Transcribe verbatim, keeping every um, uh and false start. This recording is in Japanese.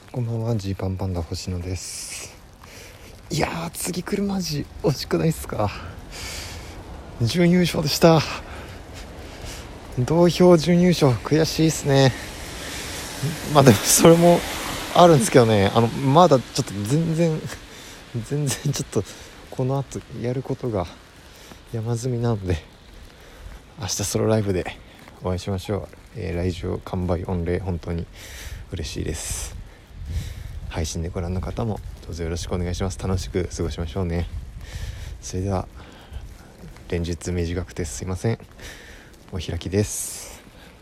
こんばんは、ジーパンパンダ星野です。いやー、次来るマジ惜しくないっすか。準優勝でした。同票準優勝悔しいっすね。まあでもそれもあるんですけどね、あのまだちょっと全然全然ちょっとこの後やることが山積みなので、明日ソロライブでお会いしましょう。えー、来場完売御礼本当に嬉しいです。配信でご覧の方もどうぞよろしくお願いします。楽しく過ごしましょうね。それでは連日短くてすいません。お開きです。